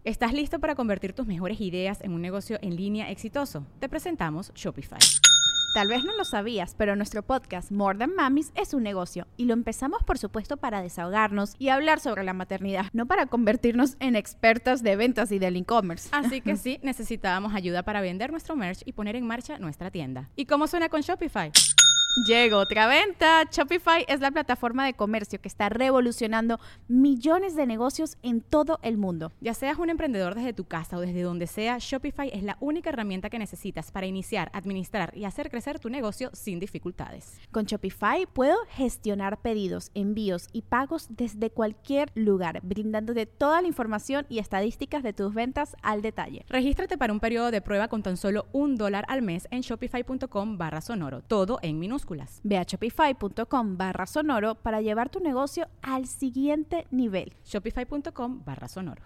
¿Estás listo para convertir tus mejores ideas en un negocio en línea exitoso? Te presentamos Shopify. Tal vez no lo sabías, pero nuestro podcast More Than Mamis es un negocio y lo empezamos por supuesto para desahogarnos y hablar sobre la maternidad, no para convertirnos en expertas de ventas y del e-commerce. Así que sí, necesitábamos ayuda para vender nuestro merch y poner en marcha nuestra tienda. ¿Y cómo suena con Shopify? Llegó otra venta. Shopify es la plataforma de comercio que está revolucionando millones de negocios en todo el mundo. Ya seas un emprendedor desde tu casa o desde donde sea, Shopify es la única herramienta que necesitas para iniciar, administrar y hacer crecer tu negocio sin dificultades. Con Shopify puedo gestionar pedidos, envíos y pagos desde cualquier lugar, brindándote toda la información y estadísticas de tus ventas al detalle. Regístrate para un periodo de prueba con tan solo $1 al mes en shopify.com/sonoro, todo en minúsculas. Ve a shopify.com/sonoro para llevar tu negocio al siguiente nivel. Shopify.com/sonoro.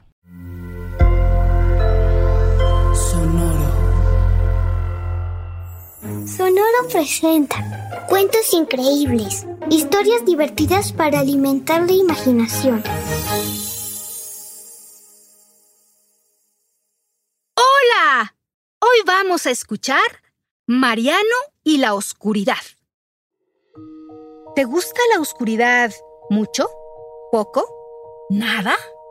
Sonoro presenta cuentos increíbles, historias divertidas para alimentar la imaginación. ¡Hola! Hoy vamos a escuchar Mariano y la oscuridad. ¿Te gusta la oscuridad mucho? ¿Poco? ¿Nada?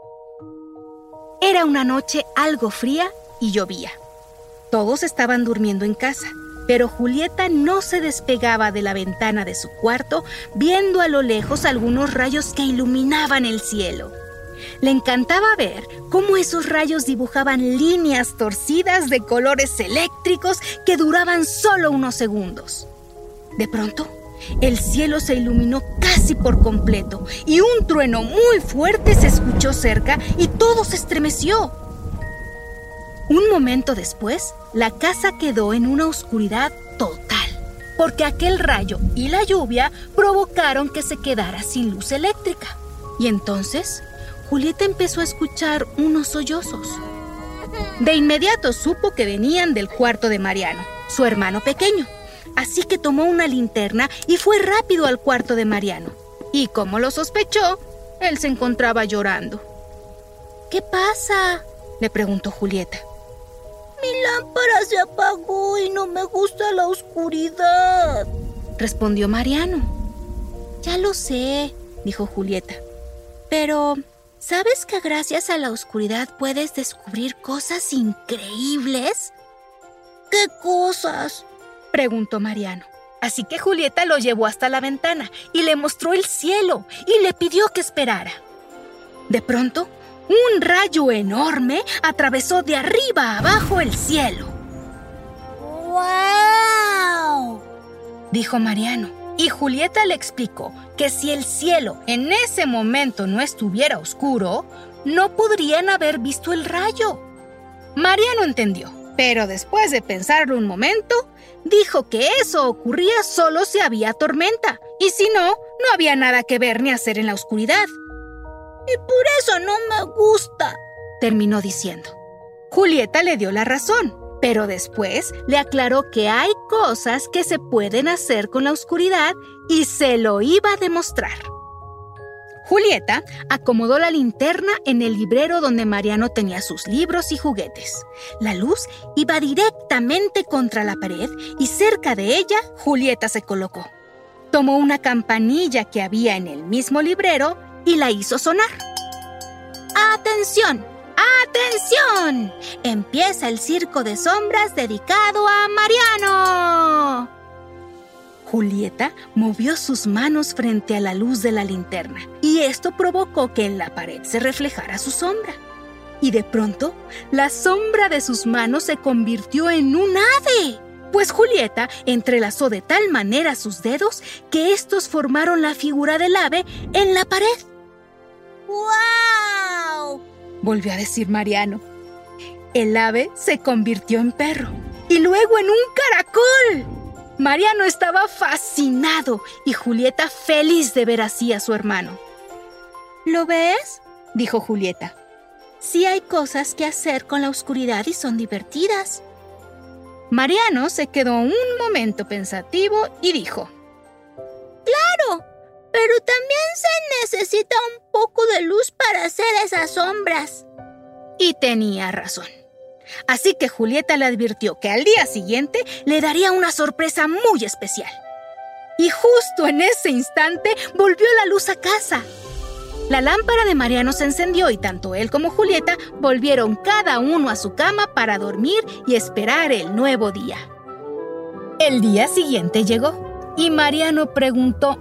Era una noche algo fría y llovía. Todos estaban durmiendo en casa, pero Julieta no se despegaba de la ventana de su cuarto, viendo a lo lejos algunos rayos que iluminaban el cielo. Le encantaba ver cómo esos rayos dibujaban líneas torcidas de colores eléctricos que duraban solo unos segundos. De pronto, el cielo se iluminó casi por completo y un trueno muy fuerte se escuchó cerca y todo se estremeció. Un momento después, la casa quedó en una oscuridad total, porque aquel rayo y la lluvia provocaron que se quedara sin luz eléctrica. Y entonces, Julieta empezó a escuchar unos sollozos. De inmediato supo que venían del cuarto de Mariano, su hermano pequeño. Así que tomó una linterna y fue rápido al cuarto de Mariano. Y como lo sospechó, él se encontraba llorando. ¿Qué pasa?, le preguntó Julieta. Mi lámpara se apagó y no me gusta la oscuridad, respondió Mariano. Ya lo sé, dijo Julieta. Pero, ¿sabes que gracias a la oscuridad puedes descubrir cosas increíbles? ¿Qué cosas?, preguntó Mariano. Así que Julieta lo llevó hasta la ventana y le mostró el cielo y le pidió que esperara. De pronto, un rayo enorme atravesó de arriba a abajo el cielo. ¡Guau!, dijo Mariano. Y Julieta le explicó que si el cielo en ese momento no estuviera oscuro, no podrían haber visto el rayo. Mariano entendió, pero después de pensarlo un momento, dijo que eso ocurría solo si había tormenta, y si no, no había nada que ver ni hacer en la oscuridad. Y por eso no me gusta, terminó diciendo. Julieta le dio la razón, pero después le aclaró que hay cosas que se pueden hacer con la oscuridad y se lo iba a demostrar. Julieta acomodó la linterna en el librero donde Mariano tenía sus libros y juguetes. La luz iba directamente contra la pared y cerca de ella Julieta se colocó. Tomó una campanilla que había en el mismo librero y la hizo sonar. ¡Atención! ¡Atención! Empieza el circo de sombras dedicado a Mariano. Julieta movió sus manos frente a la luz de la linterna y esto provocó que en la pared se reflejara su sombra. Y de pronto, la sombra de sus manos se convirtió en un ave, pues Julieta entrelazó de tal manera sus dedos que estos formaron la figura del ave en la pared. ¡Guau!, volvió a decir Mariano. El ave se convirtió en perro y luego en un caracol. Mariano estaba fascinado y Julieta feliz de ver así a su hermano. ¿Lo ves?, dijo Julieta. Sí hay cosas que hacer con la oscuridad y son divertidas. Mariano se quedó un momento pensativo y dijo: Claro, pero también se necesita un poco de luz para hacer esas sombras. Y tenía razón. Así que Julieta le advirtió que al día siguiente le daría una sorpresa muy especial. Y justo en ese instante volvió la luz a casa. La lámpara de Mariano se encendió y tanto él como Julieta volvieron cada uno a su cama para dormir y esperar el nuevo día. El día siguiente llegó y Mariano preguntó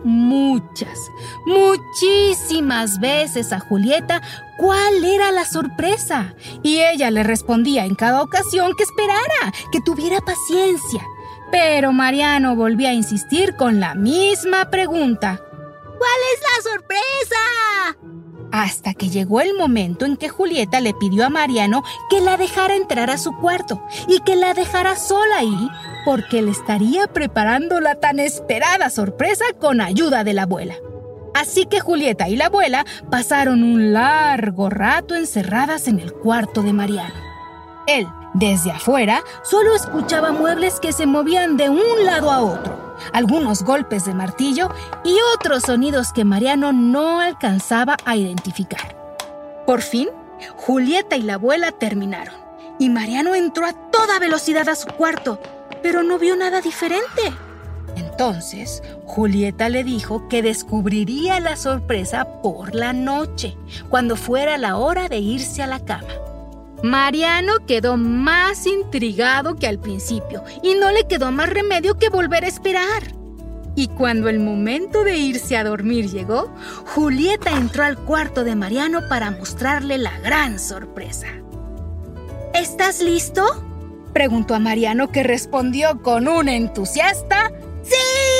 muchísimas veces a Julieta cuál era la sorpresa. Y ella le respondía en cada ocasión que esperara, que tuviera paciencia. Pero Mariano volvía a insistir con la misma pregunta. ¿Cuál es la sorpresa? Hasta que llegó el momento en que Julieta le pidió a Mariano que la dejara entrar a su cuarto y que la dejara sola ahí porque le estaría preparando la tan esperada sorpresa con ayuda de la abuela. Así que Julieta y la abuela pasaron un largo rato encerradas en el cuarto de Mariano. Él, desde afuera, solo escuchaba muebles que se movían de un lado a otro, algunos golpes de martillo y otros sonidos que Mariano no alcanzaba a identificar. Por fin, Julieta y la abuela terminaron y Mariano entró a toda velocidad a su cuarto, pero no vio nada diferente. Entonces, Julieta le dijo que descubriría la sorpresa por la noche, cuando fuera la hora de irse a la cama. Mariano quedó más intrigado que al principio y no le quedó más remedio que volver a esperar. Y cuando el momento de irse a dormir llegó, Julieta entró al cuarto de Mariano para mostrarle la gran sorpresa. ¿Estás listo?, preguntó a Mariano, que respondió con un entusiasta ¡sí!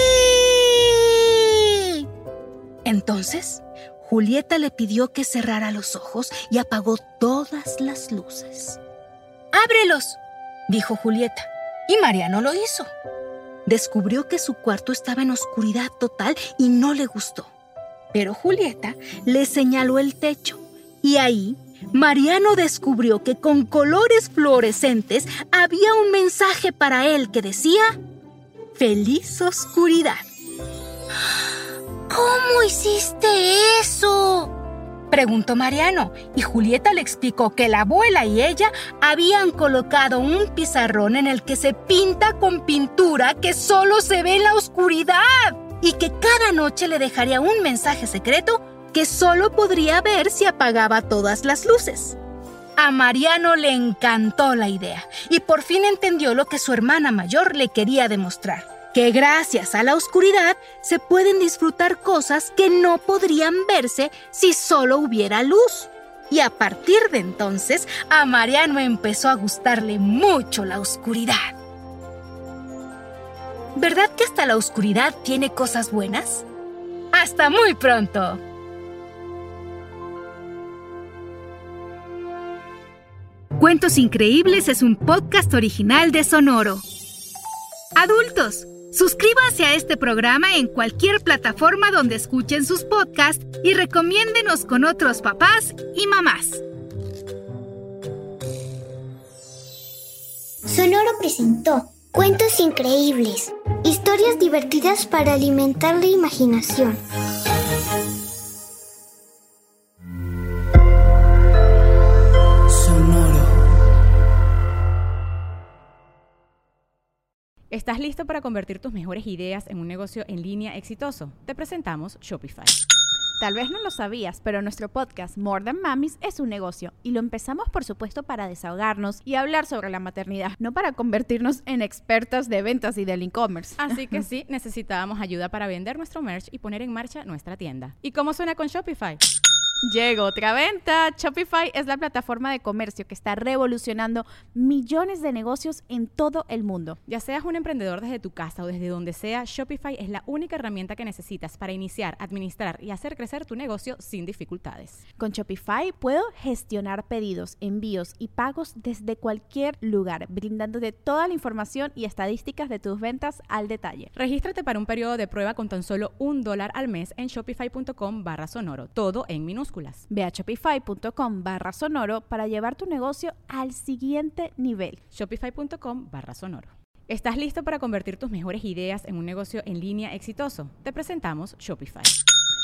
Entonces, Julieta le pidió que cerrara los ojos y apagó todas las luces. ¡Ábrelos!, dijo Julieta, y Mariano lo hizo. Descubrió que su cuarto estaba en oscuridad total y no le gustó. Pero Julieta le señaló el techo y ahí Mariano descubrió que con colores fluorescentes había un mensaje para él que decía ¡Feliz oscuridad! ¿Cómo hiciste eso?, preguntó Mariano, y Julieta le explicó que la abuela y ella habían colocado un pizarrón en el que se pinta con pintura que solo se ve en la oscuridad y que cada noche le dejaría un mensaje secreto que solo podría ver si apagaba todas las luces. A Mariano le encantó la idea y por fin entendió lo que su hermana mayor le quería demostrar, que gracias a la oscuridad se pueden disfrutar cosas que no podrían verse si solo hubiera luz. Y a partir de entonces, a Mariano empezó a gustarle mucho la oscuridad. ¿Verdad que hasta la oscuridad tiene cosas buenas? ¡Hasta muy pronto! Cuentos Increíbles es un podcast original de Sonoro. Adultos, suscríbanse a este programa en cualquier plataforma donde escuchen sus podcasts y recomiéndenos con otros papás y mamás. Sonoro presentó Cuentos Increíbles, historias divertidas para alimentar la imaginación. ¿Estás listo para convertir tus mejores ideas en un negocio en línea exitoso? Te presentamos Shopify. Tal vez no lo sabías, pero nuestro podcast More Than Mamis es un negocio y lo empezamos por supuesto para desahogarnos y hablar sobre la maternidad, no para convertirnos en expertas de ventas y del e-commerce. Así que sí, necesitábamos ayuda para vender nuestro merch y poner en marcha nuestra tienda. ¿Y cómo suena con Shopify? Llegó otra venta. Shopify es la plataforma de comercio que está revolucionando millones de negocios en todo el mundo. Ya seas un emprendedor desde tu casa o desde donde sea, Shopify es la única herramienta que necesitas para iniciar, administrar y hacer crecer tu negocio sin dificultades. Con Shopify puedo gestionar pedidos, envíos y pagos desde cualquier lugar, brindándote toda la información y estadísticas de tus ventas al detalle. Regístrate para un periodo de prueba con tan solo $1 al mes en shopify.com/sonoro, todo en minúsculas. Ve a shopify.com/sonoro para llevar tu negocio al siguiente nivel. Shopify.com/sonoro. ¿Estás listo para convertir tus mejores ideas en un negocio en línea exitoso? Te presentamos Shopify.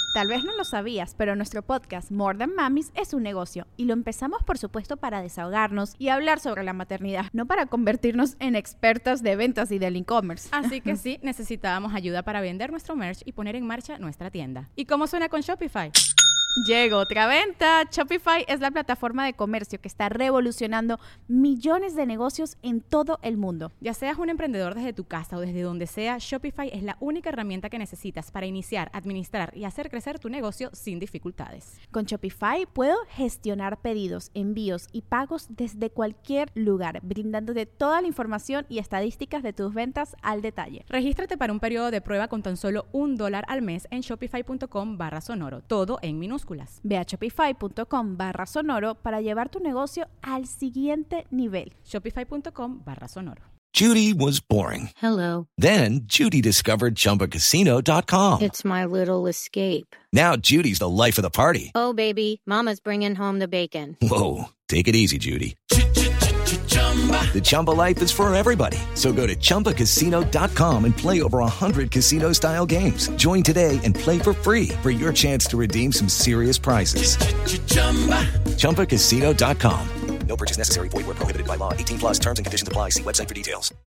Tal vez no lo sabías, pero nuestro podcast More Than Mamis es un negocio y lo empezamos por supuesto para desahogarnos y hablar sobre la maternidad, no para convertirnos en expertas de ventas y del e-commerce. Así que sí, necesitábamos ayuda para vender nuestro merch y poner en marcha nuestra tienda. ¿Y cómo suena con Shopify? Llegó otra venta. Shopify es la plataforma de comercio que está revolucionando millones de negocios en todo el mundo. Ya seas un emprendedor desde tu casa o desde donde sea, Shopify es la única herramienta que necesitas para iniciar, administrar y hacer crecer tu negocio sin dificultades. Con Shopify puedo gestionar pedidos, envíos y pagos desde cualquier lugar, brindándote toda la información y estadísticas de tus ventas al detalle. Regístrate para un periodo de prueba con tan solo $1 al mes en shopify.com/sonoro, todo en minúsculas. Ve a shopify.com/sonoro para llevar tu negocio al siguiente nivel. Shopify.com/sonoro. Judy was boring. Hello. Then Judy discovered ChumbaCasino.com. It's my little escape. Now Judy's the life of the party. Oh, baby, mama's bringing home the bacon. Whoa, take it easy, Judy. The Chumba life is for everybody. So go to ChumbaCasino.com and play over 100 casino-style games. Join today and play for free for your chance to redeem some serious prizes. ChumbaCasino.com. No purchase necessary. Void where prohibited by law. 18+ terms and conditions apply. See website for details.